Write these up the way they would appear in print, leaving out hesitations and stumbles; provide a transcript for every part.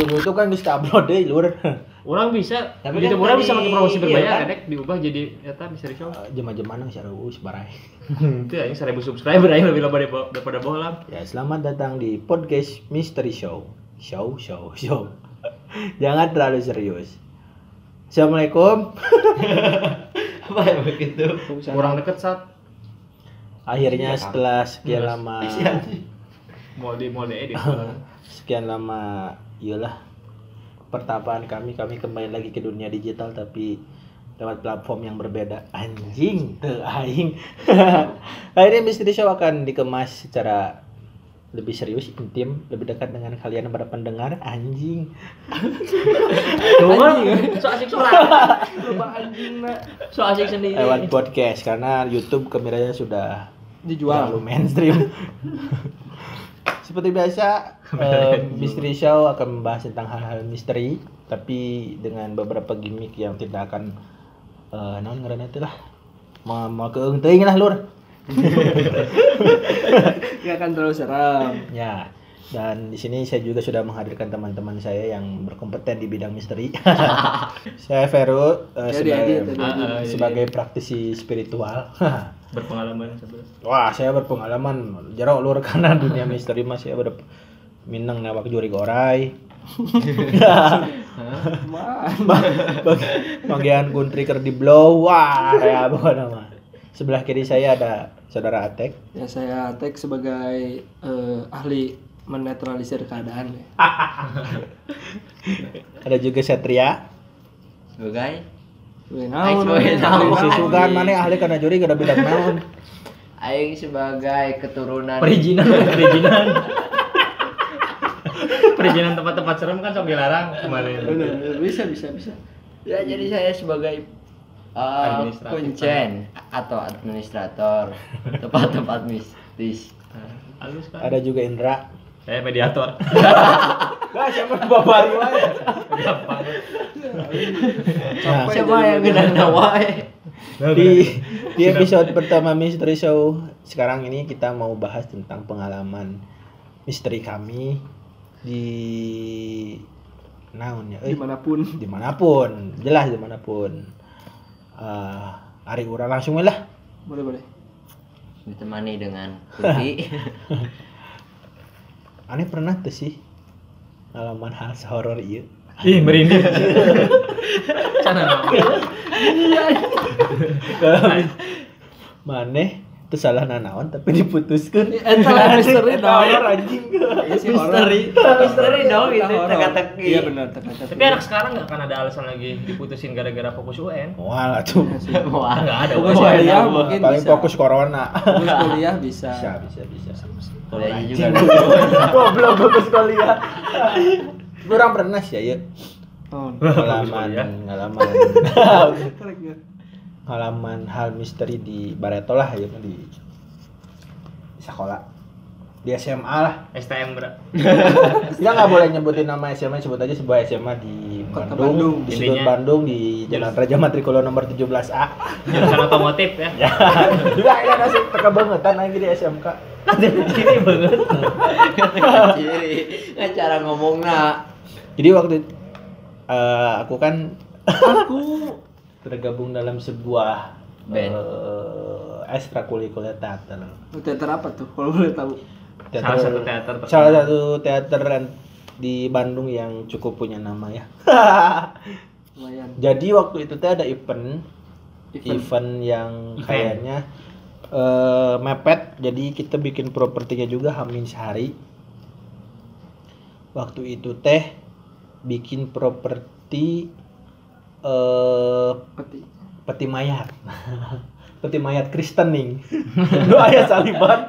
YouTube kan bisa upload deh lur. Orang bisa, Tapi YouTube kan orang bisa tadi- pakai promosi iya berbayar, kan? kadek diubah jadi eta misteri show. Jema-jemana sareueus barai. Itu ya, 1.000 subscriber aja lebih lama daripada bohlam. Ya, selamat datang di podcast Mystery Show. Show. Jangan terlalu serius. Assalamualaikum. Apa ya begitu? Kurang deket saat Akhirnya setelah sekian lama mau di edit. sekian lama iyalah pertapaan kami kembali lagi ke dunia digital tapi lewat platform yang berbeda. Anjing tuh aing. Akhirnya Mystery Show akan dikemas secara lebih serius, intim, lebih dekat dengan kalian para pendengar. Anjing. So asik So asik sendiri. Lewat podcast karena YouTube kameranya sudah Dijual. terlalu mainstream. Seperti biasa, Mystery Show akan membahas tentang hal-hal misteri, tapi dengan beberapa gimmick yang tidak akan naon ngaranna teh lah. Mau keung teuing lah lur. Gak akan terlalu seram. Ya. Dan di sini saya juga sudah menghadirkan teman-teman saya yang berkompeten di bidang misteri. Saya Vero sebagai praktisi spiritual. Berpengalaman sebenarnya. Wah, saya berpengalaman jero lur karena dunia misteri mas saya minang nawak juri gorai. Bagian country ker di blow. Wah, ya bukan nama. Sebelah kiri saya ada saudara Atek. Ya saya Atek sebagai ahli menetralisir keadaan. Ada juga Satria. Sebagai Naon? Si Sugan mana ahli karena juri gak ada bidang naon. aing sebagai keturunan Perizinan tempat-tempat serem kan sok dilarang kemarin. Benar, bisa. ya jadi saya sebagai Administratif. kuncen atau administrator tempat-tempat mistis. Halus kan. Ada juga Indra. Saya mediator. Lah siapa babari wae. Gampang. Nah, Siapa yang geuna wae? di episode pertama Mystery Show sekarang ini kita mau bahas tentang pengalaman misteri kami di naon ya dimanapun jelas dimanapun. Ari urang langsung we lah. Boleh. Ditemani dengan Putih. Aneh pernah tuh sih pengalaman hal horor ieu. Ih, merinding. Sana. Maneh teu salah nanaon tapi diputuskeun. Eta misteri horor anjing. Misteri dong itu teka-teki. Iya benar, teka-teki. Tapi anak sekarang nggak akan ada alasan lagi diputusin gara-gara fokus UN. Wah tuh. Wah, Nggak ada. Fokus UN. kuliah mungkin Paling bisa. fokus corona. Fokus kuliah bisa. Bisa. kuliahnya juga. Goblok fokus kuliah. Kurang pernah sih ya. Pengalaman hal misteri di Bareto lah ya di sekolah di SMA lah. STM bro. Kita nggak boleh nyebutin nama SMA, sebut aja sebuah SMA di Kota Bandung, Bandung. di Sudut Intinya. Bandung di Jalan Raja Matrikulo nomor 17A. Jurusan otomotif ya. Juga ini ada sih teka bangetan lagi di SMK. Ini banget. Ciri cara ngomongna. Jadi waktu aku kan tergabung dalam sebuah Band. ekstrakurikuler teater. Teater apa tuh kalau boleh tahu? Salah satu teater terkenal. Salah satu teater di Bandung yang cukup punya nama ya. Lumayan. Jadi waktu itu teh ada event yang kayaknya mepet. Jadi kita bikin propertinya juga hamin sehari. Waktu itu teh bikin properti peti mayat. Peti mayat Kristening. Lu aya saliban.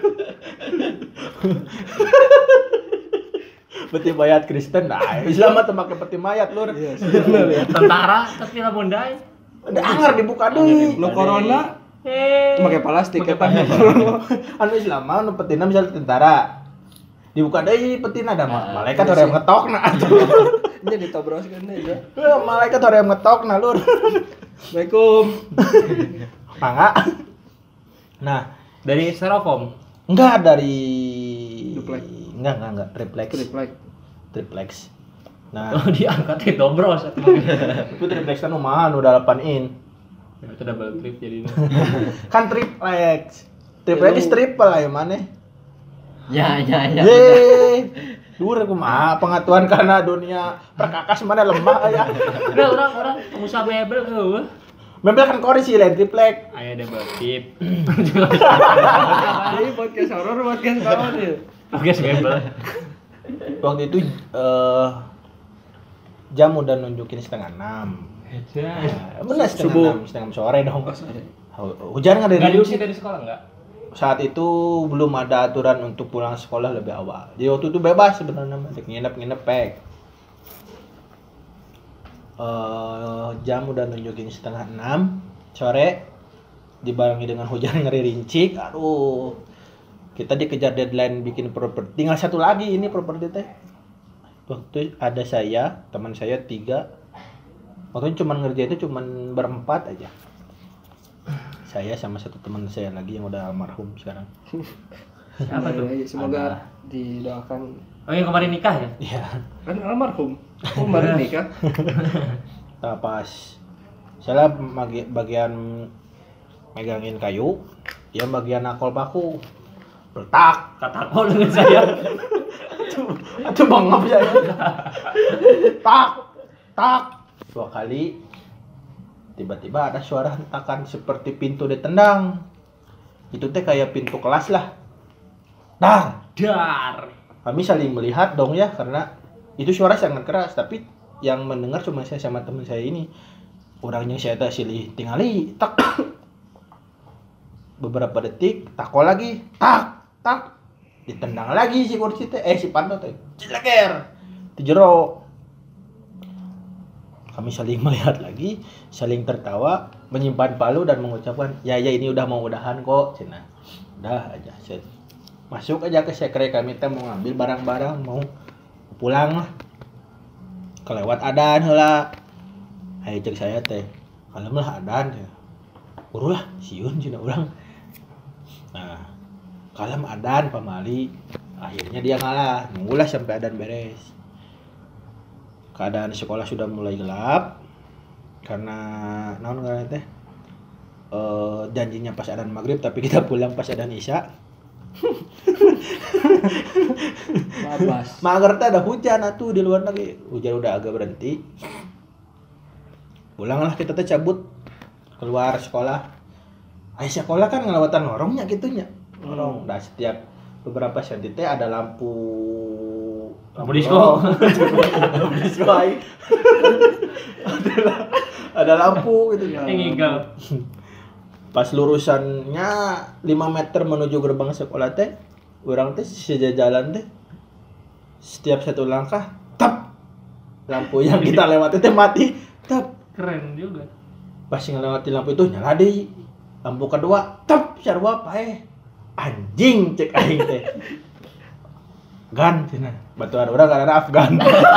Peti mayat Kristen. Nah, Islam mah teu make peti mayat, Lur. Iya, Tentara tapi lamun dai. Udah anggar dibuka deui. Lo corona pakai plastik Pakai kan. Anu Islam mah nu petina misal tentara. Dibuka deui petina ada malaikat iya hoream sih. ngetokna atuh. Ini ditobroskeun aja. Malaikat hoream ngetokna, Lur. Assalamualaikum. Mangga. Nah, Dari styrofoam. enggak dari Duplex. Enggak, triplex. Triplek. Triplex. Nah, Oh, diangkat itu bros. itu triplex kan lumayan udah 8 in. Itu double trip jadi. Kan triplex. Triplex triple lah yang mana? Ya. Yeay. Dur kumaha pengatuan karena dunia perkakas mana lemah ya. Udah orang pengusaha mebel eueuh. Mebel kan kori sih lain triplek. Aya double tip. Jadi podcast horor podcast kawan ya. Podcast mebel. Waktu itu jam udah nunjukin 5:30. Benar Subuh. 5:30 sore dong. Oh, sorry. Hujan nggak Enggak dari diusir dari sekolah enggak? saat itu belum ada aturan untuk pulang sekolah lebih awal. Jadi waktu itu bebas sebenarnya, masih nginep pek. Jam udah nunjukin 5:30 sore, dibarengi dengan hujan ngerincik. Aduh, kita dikejar deadline bikin properti. Tinggal satu lagi ini properti teh. Waktu ada saya, teman saya 3. Waktu itu cuman ngerjain itu cuman berempat aja. Saya sama satu teman saya lagi yang udah almarhum sekarang. Siapa tuh? Ya, semoga didoakan. Oh, yang kemarin nikah ya? Iya. Kan almarhum. Oh, kemarin nikah. Nah, pas saya bagian megangin kayu, dia bagian nakol paku. Letak. Katakol dengan saya. Aduh bangap saya. Tak. 2 kali. Tiba-tiba ada suara hentakan seperti pintu ditendang. Itu teh kayak pintu kelas lah. Dar. Kami saling melihat dong ya, karena itu suara sangat keras, tapi yang mendengar cuma saya sama teman saya ini. Orangnya saya tak silih tingali, tak. Beberapa detik, takol lagi, tak. Ditendang lagi si kursi teh, si panto teh. Cileker. Di jero. Kami saling melihat lagi, saling tertawa, menyimpan palu dan mengucapkan, ya ini udah mau udahan kok, cina. Udah aja, set. Masuk aja ke sekre, kami teh mau ngambil barang-barang, mau pulang lah. Kelewat adan heula. Ayo cek saya teh, kalem lah adan. Uruh lah, siun cina urang. Nah, kalem adan pamali. Akhirnya dia ngalah, nunggulah sampai adan beres. Keadaan sekolah sudah mulai gelap karena naon ngaran teh janjinya pas adzan maghrib tapi kita pulang pas adzan isya. Babas. Mager teh ada hujan atuh di luar lagi. Hujan udah agak berhenti. Pulanglah kita teh cabut keluar sekolah. Sekolah kan ngelawatan lorongnya gitunya. Lorong. Dan setiap beberapa senti teh ada lampu disco. Lampu disco aing. Ada lampu gitu ya. Ngigau. Pas lurusannya 5 meter menuju gerbang sekolah teh, urang teh sejajalan teh setiap satu langkah tap lampu yang kita lewati teh mati tap. Keren juga. Pas ngelewati lampu itu nyala deui. Lampu kedua tap sarua pae. Anjing cek aing teh. Gan cenah. Batuan urang karena Afgan.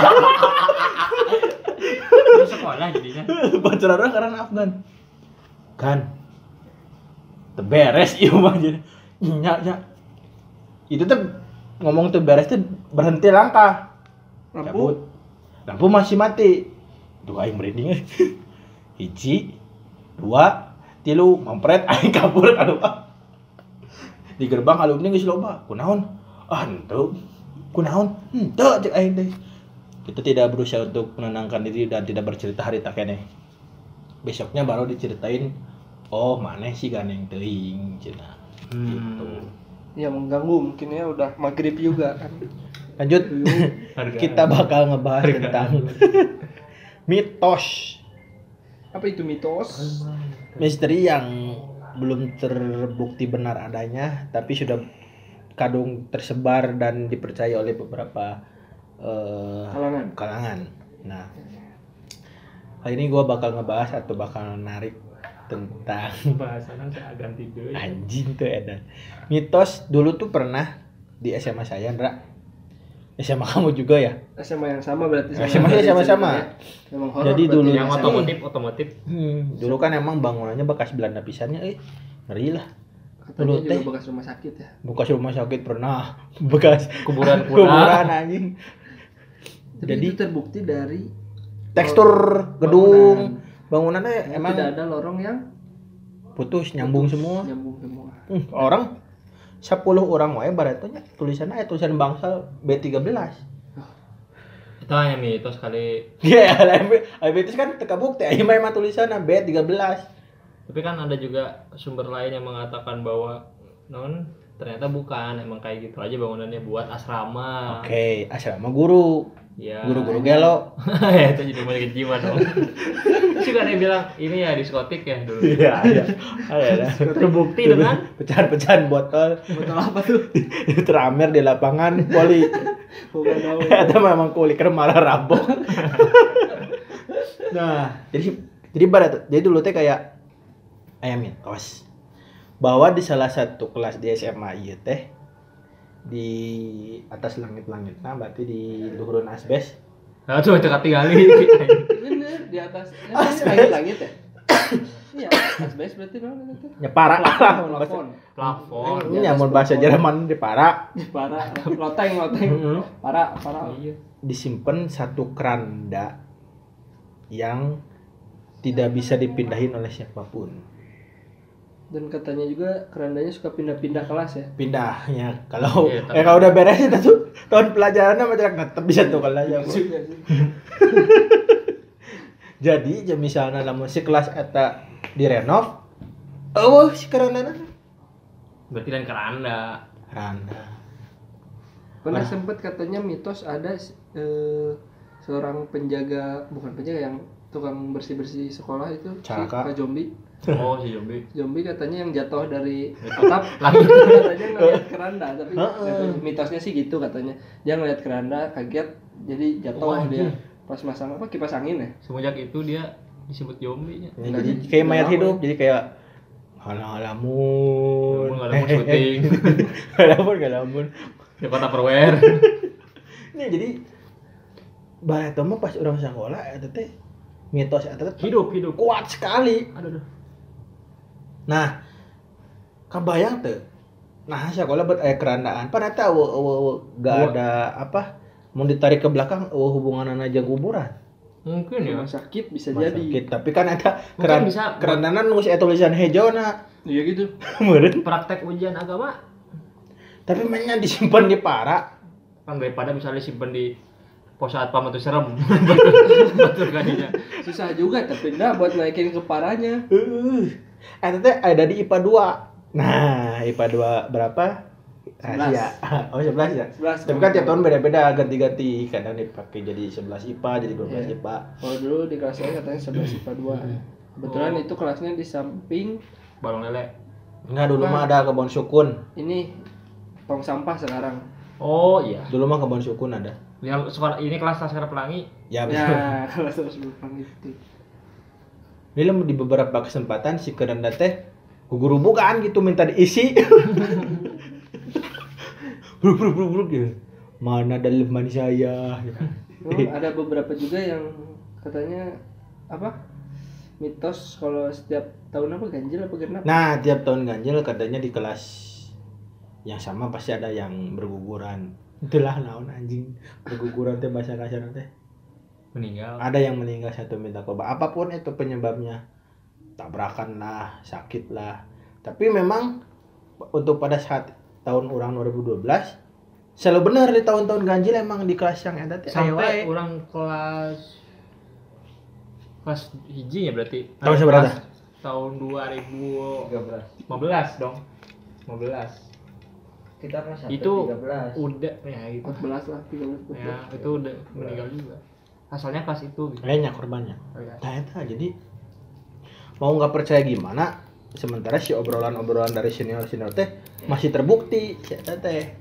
Di sekolah jadinya. Batuan urang karena Afgan. Gan. Teu beres ieu mah jadi. Nya. Itu teh ngomong teu beres teh berhenti langkah. Cabut. Lampu masih mati. Duh aing merinding. 1, 2, 3 mampret aing kabur ka di gerbang alumni geus loba. Kunaon? Henteu. Kunaon? Henteu cek aing teh. Kita tidak berusaha untuk menenangkan diri dan tidak bercerita harita keneh. Besoknya baru diceritain, oh maneh sih ganeng teuing cenah. Gitu. Ya mengganggu mungkin ya udah maghrib juga kan. Lanjut. Kita bakal ngebahas tentang mitos. Apa itu mitos? Misteri yang belum terbukti benar adanya, tapi sudah kadung tersebar dan dipercaya oleh beberapa kalangan. Nah, kali ini gue bakal ngebahas atau bakal narik tentang Bahasannya saya ganti deui. anjing tuh edan. Mitos dulu tuh pernah di SMA saya, Ndra. SMA kamu juga ya? SMA yang sama berarti SMA saya sama-sama. Memang horor. Jadi dulu Yang otomotif. Dulu kan emang bangunannya bekas Belanda pisannya, ngeri lah. Katanya dulu juga teh. bekas rumah sakit ya. Bekas rumah sakit pernah, bekas Kuburan kuburan anjing. Tapi Jadi itu terbukti dari tekstur gedung bangunannya emang tidak ada lorong yang putus nyambung semua. nyambung semua. Orang 10 orang wae baratnya tulisannya tulisan bangsal B13. Itu hanya mitos kali. Ya, itu kan teka bukti aja memang tulisannya B13. Tapi kan ada juga sumber lain yang mengatakan bahwa ternyata bukan, emang kayak gitu aja bangunannya buat asrama. Oke, asrama guru. Ya. Guru-guru gelo. Ya, itu jadi balik jiwa dong. Terus juga ada yang bilang ini ya diskotik ya dulu. Iya, iya. Ada. Terbukti dengan pecahan-pecahan botol. Botol apa tuh? Teramer di lapangan voli. Bukan tahu. Itu memang kulit malah rabok. Nah, jadi barat. Jadi dulu teh kayak ayam mitos bahwa di salah satu kelas di SMA ieu teh di atas langit-langit, nah berarti di luhureun asbes. Nah, tuh dekat tinggali. Bener di atas. Langit-langit ya? Iya, asbes berarti dong itu. Ya para Plafon. Plafon. Ini nyamun bahasa Jerman di para. Parah. Loteng. Parah. Iya. Disimpan satu keranda yang tidak bisa dipindahin oleh siapapun. Dan katanya juga kerandanya suka pindah-pindah kelas ya. Pindahnya kalau Iya, tapi- kalau udah beres itu tuh tahun pelajarannya macam tetap bisa tuh kelas ya. Juga sih. Jadi jam misalnya lamun si kelas eta direnov, oh si kerandana Berarti dan keranda. keranda. Pernah sempet katanya mitos ada seorang bukan penjaga yang tukang bersih-bersih sekolah itu Caka. si Pak Jombi. Oh, si Jombi. Jombi katanya yang jatuh dari atap Langit. katanya ngeliat keranda tapi Heeh. mitosnya sih gitu katanya. Dia ngeliat keranda kaget jadi jatuh Wah, dia anjing. pas masang kipas angin ya. Semenjak itu dia disebut Jombi. Ya, Enggak jadi sih, kayak mayat lama. hidup, jadi kayak halamun. Nggak ada syuting. Halamun. Di kota Perwer. Ini jadi bahaya mah pas orang sekolah eta teh mitos eta teh Hidup. kuat sekali. Aduh. Nah, kabayang tuh. Nah, sekolah buat kerandaan. Pada tahu gak ada apa mau ditarik ke belakang hubungan aja kuburan. Mungkin ya. Rumah sakit bisa Rumah jadi. sakit. Tapi kan ada Mungkin bisa kerandanan nulis tulisan hijau na. Iya gitu. Meureun. Praktek ujian agama Tapi mainnya disimpan di para. kan daripada misalnya simpen di pos satpam atau serem. Betul kan dia. Susah juga tapi enggak buat naikin ke parahnya. Eta teh ada di IPA 2. Nah, IPA 2 berapa? Rahasia. Oh, 11 ya. 11. Tapi kan tiap tahun beda-beda, ganti-ganti. Kadang dipakai jadi 11 IPA, jadi 12 Iya. IPA. Kalau dulu di kelas saya katanya 11 IPA 2. Kebetulan Oh. itu kelasnya di samping Balong lele. Enggak, dulu mah ada kebun sukun. ini tong sampah sekarang. Oh iya. Dulu mah kebun sukun ada. Yang sekolah ini kelas Laskar Pelangi. Ya, betul. Ya, kalau terus bukan itu. Ini di beberapa kesempatan si keranda teh guru bukan gitu minta diisi. Bruk ya. Mana daleman saya? Ada beberapa juga yang katanya apa? Mitos kalau setiap tahun apa ganjil apa genap? Nah, tiap tahun ganjil katanya di kelas yang sama pasti ada yang berguguran. Itulah naon anjing. Berguguran teh bahasa kasar teh. Meninggal. Ada yang meninggal satu minta koba. Apapun itu penyebabnya. Tabrakan lah, sakit lah. Tapi memang untuk pada saat tahun orang 2012 selalu benar di tahun-tahun ganjil emang di kelas yang ada teh aya Sampai wae. orang kelas hiji ya berarti. Tahun seberapa? Kelas Tahun 2015 dong. 15. Kita kelas 1 Itu 13. udah ya gitu. 14 lah, 13. Ya, itu udah meninggal juga. Asalnya kelas itu gitu. Banyak korbannya. Oh, iya. Nah, itu jadi mau nggak percaya gimana sementara si obrolan-obrolan dari senior teh masih terbukti si eta teh.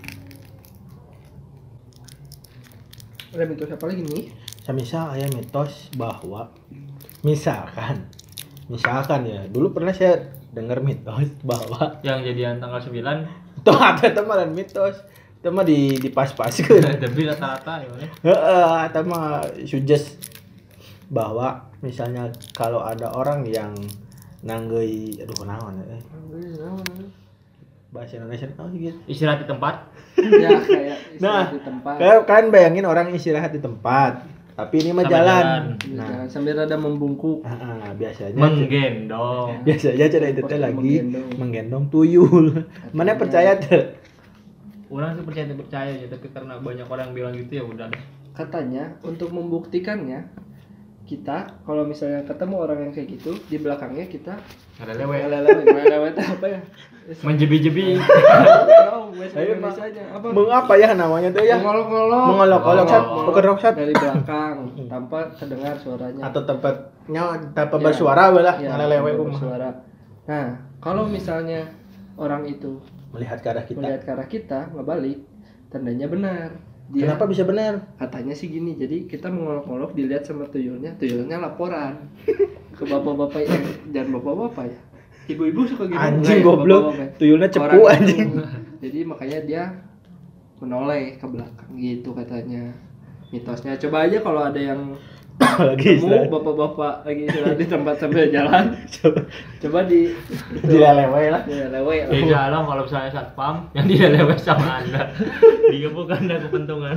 Ada mitos apa lagi nih? Semisal aya mitos bahwa misalkan ya dulu pernah saya dengar mitos bahwa Yang jadian tanggal 9 tuh ada teman mitos itu mah di pas-paskeun. tapi rata-rata ya. Heeh, eta mah suggest bahwa misalnya kalau ada orang yang nanggei aduh naon bahasa Indonesia oh gitu. Istirahat di tempat. Ya kayak Nah, istirahat di tempat. kayak kan bayangin orang istirahat di tempat, tapi ini mah Sambil jalan. jalan. Nah, Jangan sambil rada membungkuk. biasanya Menggendong. biasanya cara itu teh lagi Menggendong. menggendong tuyul. Mana percaya tuh? Orang sih percaya ya, tapi karena banyak orang bilang gitu ya udah deh. Katanya untuk membuktikannya kita kalau misalnya ketemu orang yang kayak gitu di belakangnya kita Ada lewe. lewat apa ya? Menjebi-jebi. Tahu bahasa Ayo, Indonesianya apa? Mengapa ya namanya tuh ya? Mengolok-olok. Mengolok-olok sat, Oh. bukan roksat Dari belakang tanpa terdengar suaranya. atau tempatnya tanpa Ya. bersuara lah, Ya, ngalelewe tanpa rumah. bersuara. Nah, kalau misalnya orang itu Melihat ke arah kita. melihat ke arah kita ngebalik, tandanya benar. Dia Kenapa bisa benar? katanya sih gini, jadi kita mengolok-olok dilihat sama tuyulnya laporan ke bapak-bapak jangan bapak-bapak ya, ibu-ibu suka gitu. Anjing Enggak ya, goblok. bapak-bapak. Tuyulnya cepu Orang itu. anjing. Jadi makanya dia menoleh ke belakang gitu katanya mitosnya. Coba aja kalau ada yang Lagi ketemu istirahat. bapak-bapak lagi istirahat di tempat sambil jalan, coba di Dilelewe lah. lewe Beda lah kalau misalnya satpam yang dia lewe sama anda. Dia bukan ada kepentingan.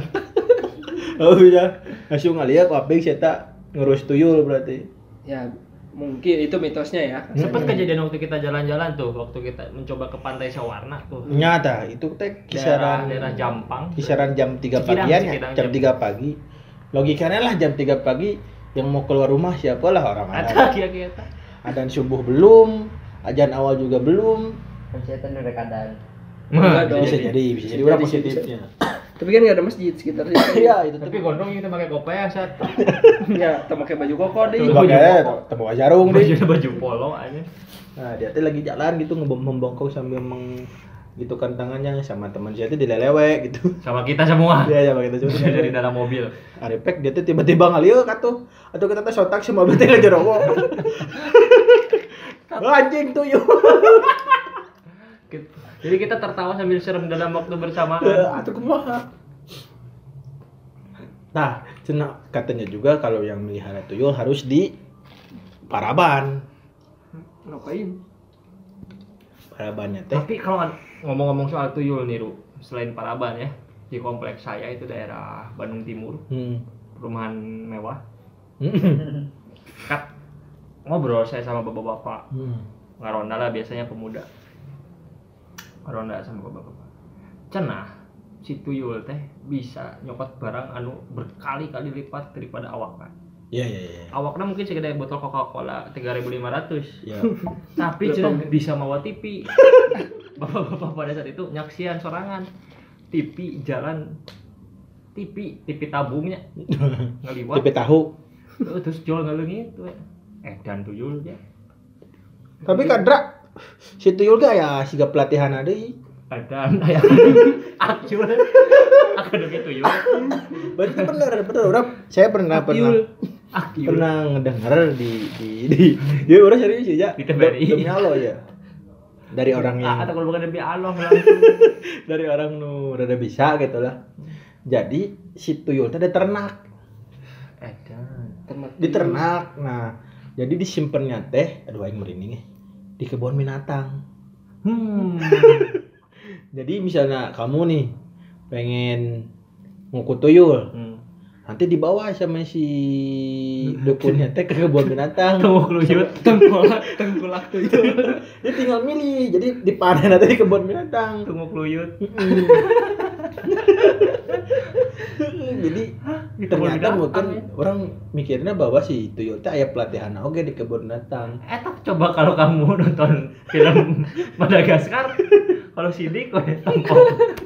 Oh iya. Langsung ngaliat apik saya ngurus tuyul berarti. ya mungkin itu mitosnya ya. Sempat kejadian waktu kita jalan-jalan tuh, waktu kita mencoba ke Pantai Sawarna tuh. Nyata itu teh kisaran Daerah Jampang. kisaran jam 3 Cikidang, pagian ya, Cikidang, jam 3 pagi. Logikanya lah jam 3 pagi yang mau keluar rumah siapa lah orang Ada ada. kira-kira. Adan subuh belum, ajan awal juga belum. Pencet udah keadaan. Enggak dong. Bisa jadi Bisa orang jadi, positifnya. Tapi kan nggak ada masjid sekitar situ. Iya, itu Tapi gondrong kita pakai kopiah saat Ya, kita pakai baju koko deh. Tuh. pakai temu jarung deh. baju polo aja. Nah, dia tuh lagi jalan gitu membongkok sambil gitukan tangannya sama teman saya tuh dilelewe gitu. Sama kita semua. Iya, ya kita cuma Dari dalam mobil. Arepek dia tuh tiba-tiba ngalieu katuh. Atau kita tuh sotak semua berarti ngajerowo. Anjing tuh yuk. Jadi kita tertawa sambil serem dalam waktu bersamaan. Atuh kumaha. Nah, cenah katanya juga kalau yang melihara tuyul harus di paraban. Ngapain? Parabannya teh. Tapi kalau ngomong-ngomong soal tuyul nih, Ru, selain Paraban ya, di kompleks saya itu daerah Bandung Timur, perumahan mewah. Kak, ngobrol saya sama bapak-bapak, ngaronda lah biasanya pemuda. Ngaronda sama bapak-bapak. Cenah, si tuyul teh bisa nyokot barang anu berkali-kali lipat daripada awakna. Iya. Awakna mungkin segede botol Coca-Cola 3.500. Iya. Tapi cenah bisa mawa TV. Bapak-bapak pada saat itu nyaksian sorangan. TV jalan TV tabungnya ngeliwat. Tipe tahu. Terus jual ngaleungit we. Dan tuyul ya. Tapi kadra si tuyul ge aya siga pelatihan deui. Dan aya akjul. Akademi tuyul. Berarti benar orang saya pernah Akjul. ngedenger di dia orang serius ya. Di TVRI. Demi Allah ya. Dari orang yang Atau kalau bukan demi Allah langsung. dari orang nu rada bisa gitu lah. Jadi si tuyul teh ada ternak. Di ternak. Nah, jadi disimpennya teh aduh aing merinding di kebun binatang. Jadi misalnya kamu nih pengen ngukut tuyul, nanti dibawa sama si dukunnya teh ke kebun binatang. Tengkulak tuyul. Dia tinggal milih, jadi dipanen nanti di kebun binatang. Tunggu keluyut. Jadi Di kebun ternyata binatang, mungkin ya. orang mikirnya bahwa si tuyul teh aya pelatihan oge di kebun binatang. Coba kalau kamu nonton film Madagaskar, kalau sidik we tampok.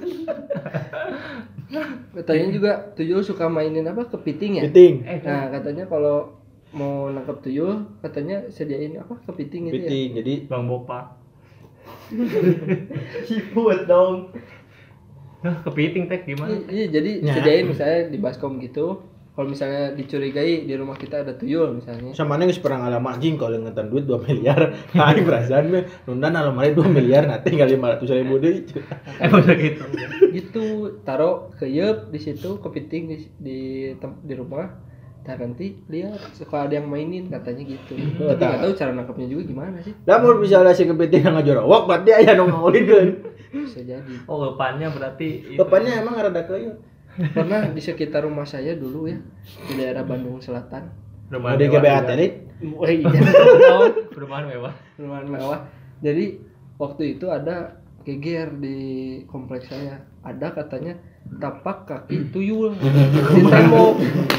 Katanya juga tuyul suka mainin apa kepiting ya? Kepiting. Nah, katanya kalau mau nangkap tuyul, katanya sediain apa kepiting gitu ya. Kepiting. Jadi Bang Bopa. siput dong. Nah, kepiting teh gimana? Iya, jadi Ya. sediain misalnya di baskom gitu. Kalau misalnya dicurigai di rumah kita ada tuyul misalnya. Sama mana geus pernah ngalaman anjing kalau ngetan duit 2 miliar. Aing perasaan mah nundan almari 2 miliar nanti tinggal 500.000 deui. Emang gitu. Gitu, taruh keyeup di situ kepiting di rumah. Nah nanti lihat suka ada yang mainin katanya gitu. Tapi nggak tahu cara nangkapnya juga gimana sih. Lamun bisa lah si kepiting ngajorowok berarti aya nu ngaulikeun. Bisa jadi. Oh, depannya berarti itu. Depannya emang rada keuyeut. Pernah di sekitar rumah saya dulu ya di daerah Bandung Selatan. Rumah Di mewah GBA juga. tadi. Wah, jangan tahu. Perumahan mewah. Perumahan mewah. Jadi waktu itu ada geger di kompleks saya. Ada katanya tapak kaki tuyul di tembok.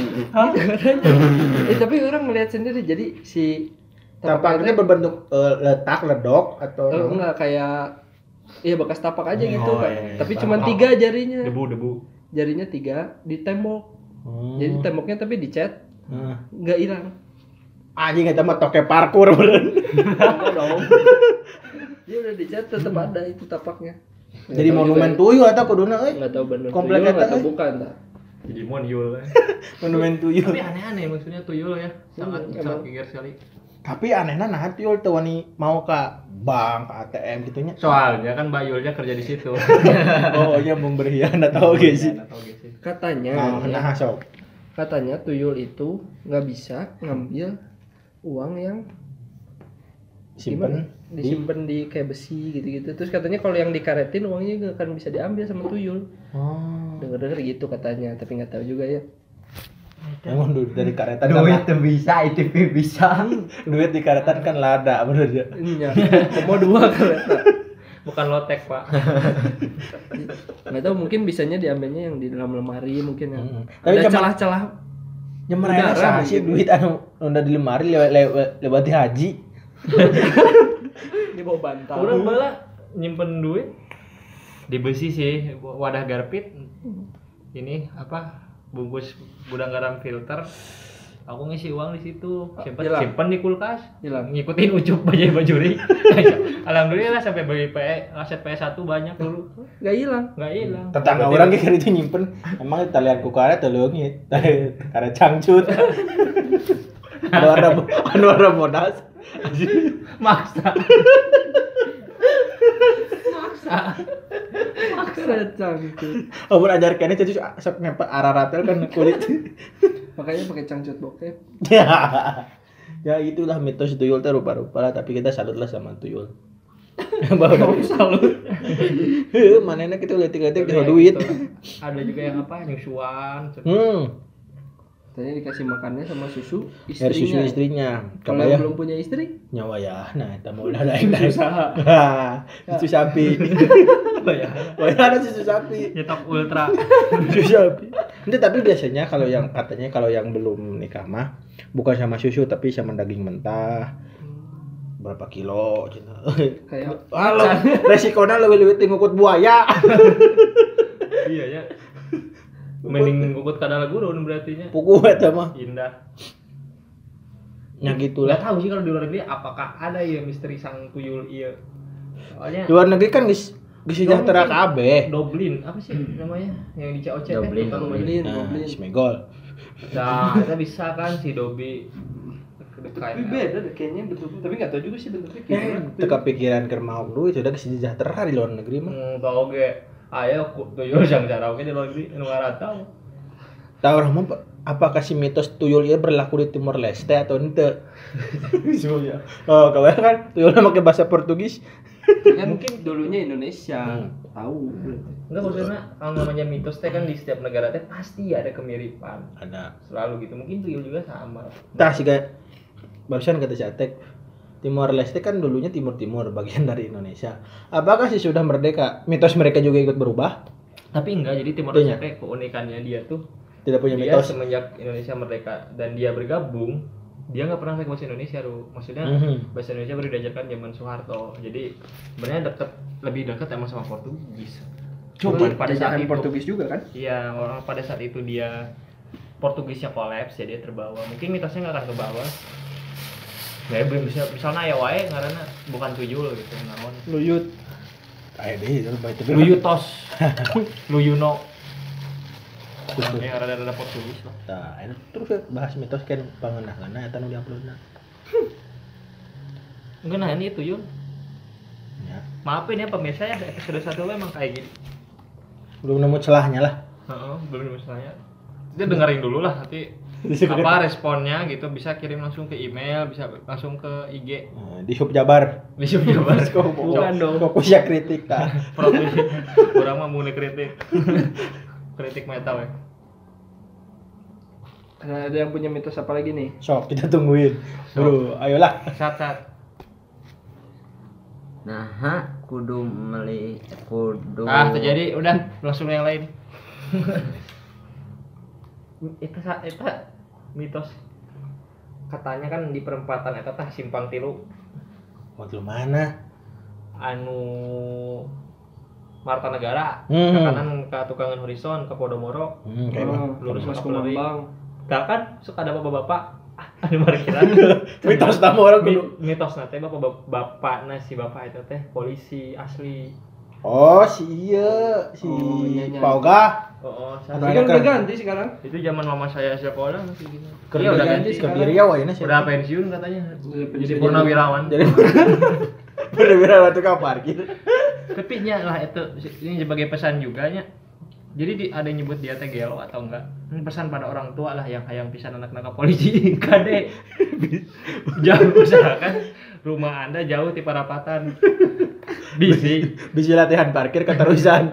Tapi orang melihat sendiri. Jadi si Tapaknya berbentuk letak, ledok atau enggak kayak iya bekas tapak aja gitu. Oh, iya. Tapi cuma 3 jarinya. Debu. Jarinya 3 di tembok. Jadi temboknya tapi dicat Nah. nggak hilang. Anjing eta mah toke parkur beneran. Enggak dong. Dia udah dicat tetap ada itu tapaknya. Jadi monumen tuyul eta kuduna euy. Enggak tahu bener. Komplek Tuyul eta, nggak tahu eh. bukan tak. Jadi monyul. Monumen tuyul. Tapi aneh-aneh maksudnya tuyul ya. Sangat Emang. sangat geger sekali. Tapi anehna nah tuyul teu wani mau ka bank, ka ATM gitunya. Soalnya kan Mbak Yulnya kerja di situ. Oh, iya mung berkhianat tahu ge sih. Tahu gak sih? Katanya, Nah, sok. katanya tuyul itu nggak bisa ngambil uang yang Simpen disimpan di kayak besi gitu-gitu. Terus katanya kalau yang dikaretin uangnya nggak akan bisa diambil sama tuyul. Oh. Dengar-dengar gitu katanya, tapi nggak tahu juga ya. Emang duit dari karetan Duit kan bisa, ITV bisa. duit di karetan kan lada bener ya. Iya, mau 2 kereta. Bukan lotek, Pak. Nggak tahu mungkin bisanya diambilnya yang di dalam lemari mungkin ya. Tapi Ada zaman- celah-celah. Nyemerana Udara sah mungkin. sih duit anu udah di lemari lewat haji. Di bawah bantal. Orang bala nyimpen duit di besi sih, wadah garpit. Ini apa? Bungkus gudang garam filter. Aku ngisi uang di situ, Hilang. simpen di kulkas. Hilang. Ngikutin ucup bajai-bajuri. Alhamdulillah sampai bagi aset PS1 banyak dulu. Nggak hilang. Enggak hilang. Tetangga orang kayak gitu nyimpen. Emang talian ku karet teu leungit. Karet cangcut. Anu warna bodas. Maksa. Maksa cangcut. Amun ajar kene jadi sok nempel araratel kan kulit. Makanya pakai cangcut bokep. Ya itulah mitos tuyul teh rupa-rupa lah, tapi kita salut lah sama tuyul. Bawa salut. Manehna kita letik-letik di duit. Ada juga yang apa? Nyusuan. Tanya dikasih makannya sama susu Dari susu istrinya. istrinya. Kalau yang belum punya istri, Nyawa ya. Nah, kita mau udah naik. usaha. Susu sapi. Apa ya? Wah, ada susu sapi. Nyetok ultra. Susu sapi. Nanti tapi biasanya kalau yang katanya kalau yang belum nikah mah bukan sama susu tapi sama daging mentah. Berapa kilo gitu. Kayak Halo, resikonya lebih ngukut buaya. Iya ya. Mending ngukut kadal gurun berarti nya. Puku eta mah. Indah. Ya gitulah. Nggak tahu sih kalau di luar negeri apakah ada ya misteri sang tuyul iya. Soalnya Luar negeri kan geus sejahtera kabeh. Doblin apa sih namanya yang di COC Doblin. Goblin, Nah, goblin. Smegol. Nah, kita bisa kan si Dobby Tapi beda deh kayaknya bentuknya. Tapi nggak tahu juga sih bentuknya kayak gimana. Teu kepikiran keur mau duit sudah geus sejahtera di luar negeri mah. Tahu ge. Ayo tuyul yang cara oke di luar negeri nu tahu. Tahu orang mah apakah si mitos tuyul ieu berlaku di Timor Leste atau henteu? Sebenarnya. Oh, kalau kan tuyulnya pakai bahasa Portugis. Kan mungkin dulunya Indonesia. Tahu. Enggak maksudnya kalau namanya mitos teh kan di setiap negara teh pasti ada kemiripan. Ada. Selalu gitu. Mungkin tuyul juga sama. Tah sih kayak barusan kata si Atek Timor Leste kan dulunya timur-timur bagian dari Indonesia. Apakah sih sudah merdeka mitos mereka juga ikut berubah? Tapi enggak, jadi Timor Itunya. Leste keunikannya dia tuh Tidak punya dia mitos. semenjak Indonesia merdeka dan dia bergabung dia nggak pernah pakai bahasa Indonesia tuh maksudnya bahasa Indonesia baru diajarkan zaman Soeharto jadi sebenarnya lebih dekat emang sama Portugis cuman pada saat itu Portugis juga kan? iya orang pada saat itu dia Portugisnya kolaps ya dia terbawa mungkin mitosnya nggak akan ke bawah ya belum bisa misalnya ya wae karena bukan tuyul gitu naon Luyut. Kayak deh itu baik itu. Luyutos Luyuno yang rada-rada Portugis lah. Nah, itu terus ya, bahas mitos kan pangeunahna eta nu diuploadna. Enggak nah ini tuyul. Ya. Maafin ya pemirsa ya episode 1 emang kayak gini. Belum nemu celahnya lah. Heeh, belum misalnya. Dia dengerin dulu lah nanti apa responnya gitu, bisa kirim langsung ke email, bisa langsung ke IG. Nah, di Hub Jabar. Di Jabar. Bukan dong. Fokus ya kritik ta. Protes. Kurang mah mulai kritik. Kritik metal ya. Nah, ada yang punya mitos apa lagi nih? Sok kita tungguin. Bro, ayolah. Sat. Nah, kudu kudu. Terjadi udah langsung yang lain. Itu mitos. Katanya kan di perempatan eta tah simpang tilu Mau ke mana? anu Marta Negara, ke Hmm. kanan ke Tukangan Horizon, ke Podomoro, Kayak mah. lurus Mas ke Peleri. Kumambang. Gak kan suka ada bapak-bapak anu parkiran. Mitos tamu orang kudu. Mitos teh bapak si bapak itu teh polisi asli. Oh, si iya, si Oh, iya. Pauga. Oh, Anu Tapi kan udah ganti sekarang. itu zaman mama saya sekolah masih gitu. Kerja udah ganti ganti. ke Biriau ini sih. Udah pensiun katanya. Jadi pensiun. purnawirawan. Jadi bener-bener waktu ka parkir. Kepihnya lah itu ini sebagai pesan juga nya. Jadi ada yang nyebut dia teh gelo atau enggak? Ini pesan pada orang tua lah yang hayang pisan anak-anak polisi kade. Jauh usahakan rumah Anda jauh ti parapatan. Bisi. Bisa latihan parkir keterusan.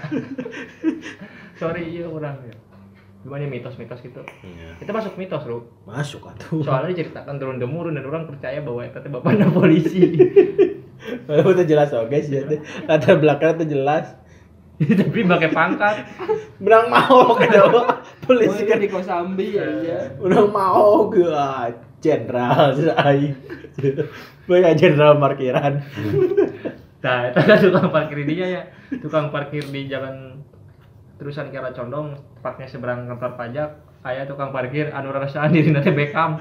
Sorry iya orang ya. Gimana mitos-mitos gitu. Iya. Kita masuk mitos, Bro. Masuk atuh. Soalnya diceritakan turun temurun dan orang percaya bahwa itu teh bapaknya polisi. Itu jelas oke sih teh. Latar belakangnya tuh jelas. Tapi pakai pangkat. Menang mau kada polisi kan kan di Kosambi aja. menang mau ge jenderal aing. Banyak jenderal parkiran. Nah, itu ada tukang parkir dia ya. Tukang parkir di jalan terusan Kiara Condong, tepatnya seberang kantor pajak. Aya tukang parkir anu rasaan diri nanti Beckham.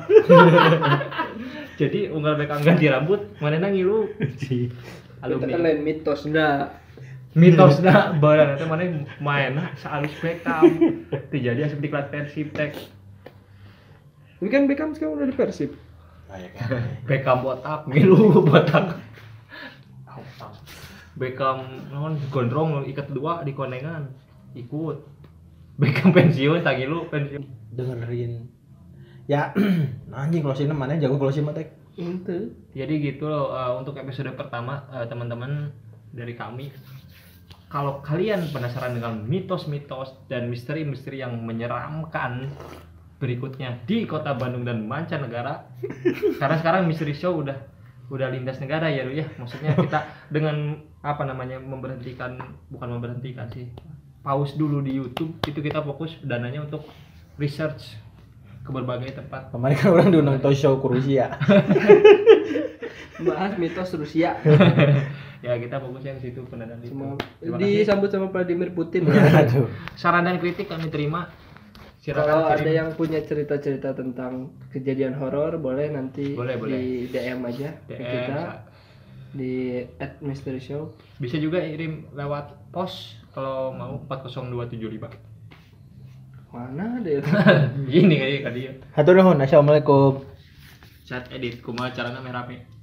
Jadi unggal Beckham ganti rambut, manehna ngilu. Itu kan Alumni. lain mitos ndak. Mitosna barang eta maneh maena saalus Beckham. Teu jadi asup di kelas Persib teh. Tapi kan Beckham sekarang udah di Persib. Kayak kan. Beckham botak, ngilu botak. Beckham non gondrong ikat dua di konengan. Ikut. Beckham pensiun, tak ngilu pensiun. Dengerin. Ya, anjing closing mana jago closing mah teh. Itu. Jadi gitu loh untuk episode pertama teman-teman dari kami. Kalau kalian penasaran dengan mitos-mitos dan misteri-misteri yang menyeramkan berikutnya di Kota Bandung dan mancanegara, karena sekarang misteri show udah lintas negara ya, Lu ya. Maksudnya kita dengan bukan memberhentikan sih. Pause dulu di YouTube, itu kita fokus dananya untuk research ke berbagai tempat. Kemarin kan orang diundang talk show ke Rusia. Bahas mitos Rusia. Ya kita fokusnya ke situ pendanaan itu. Terima kasih. Disambut sama Vladimir Putin. Aduh. Saran dan kritik kami terima. Kalau Silakan ada yang punya cerita-cerita tentang kejadian horor, boleh nanti Boleh. di DM aja ke DM, kita di @mysteryshow. bisa juga kirim lewat pos kalau mau 40275. Mana ada ya? Gini kayak dia. Hatur nuhun. Assalamualaikum. Chat edit kumaha carana merah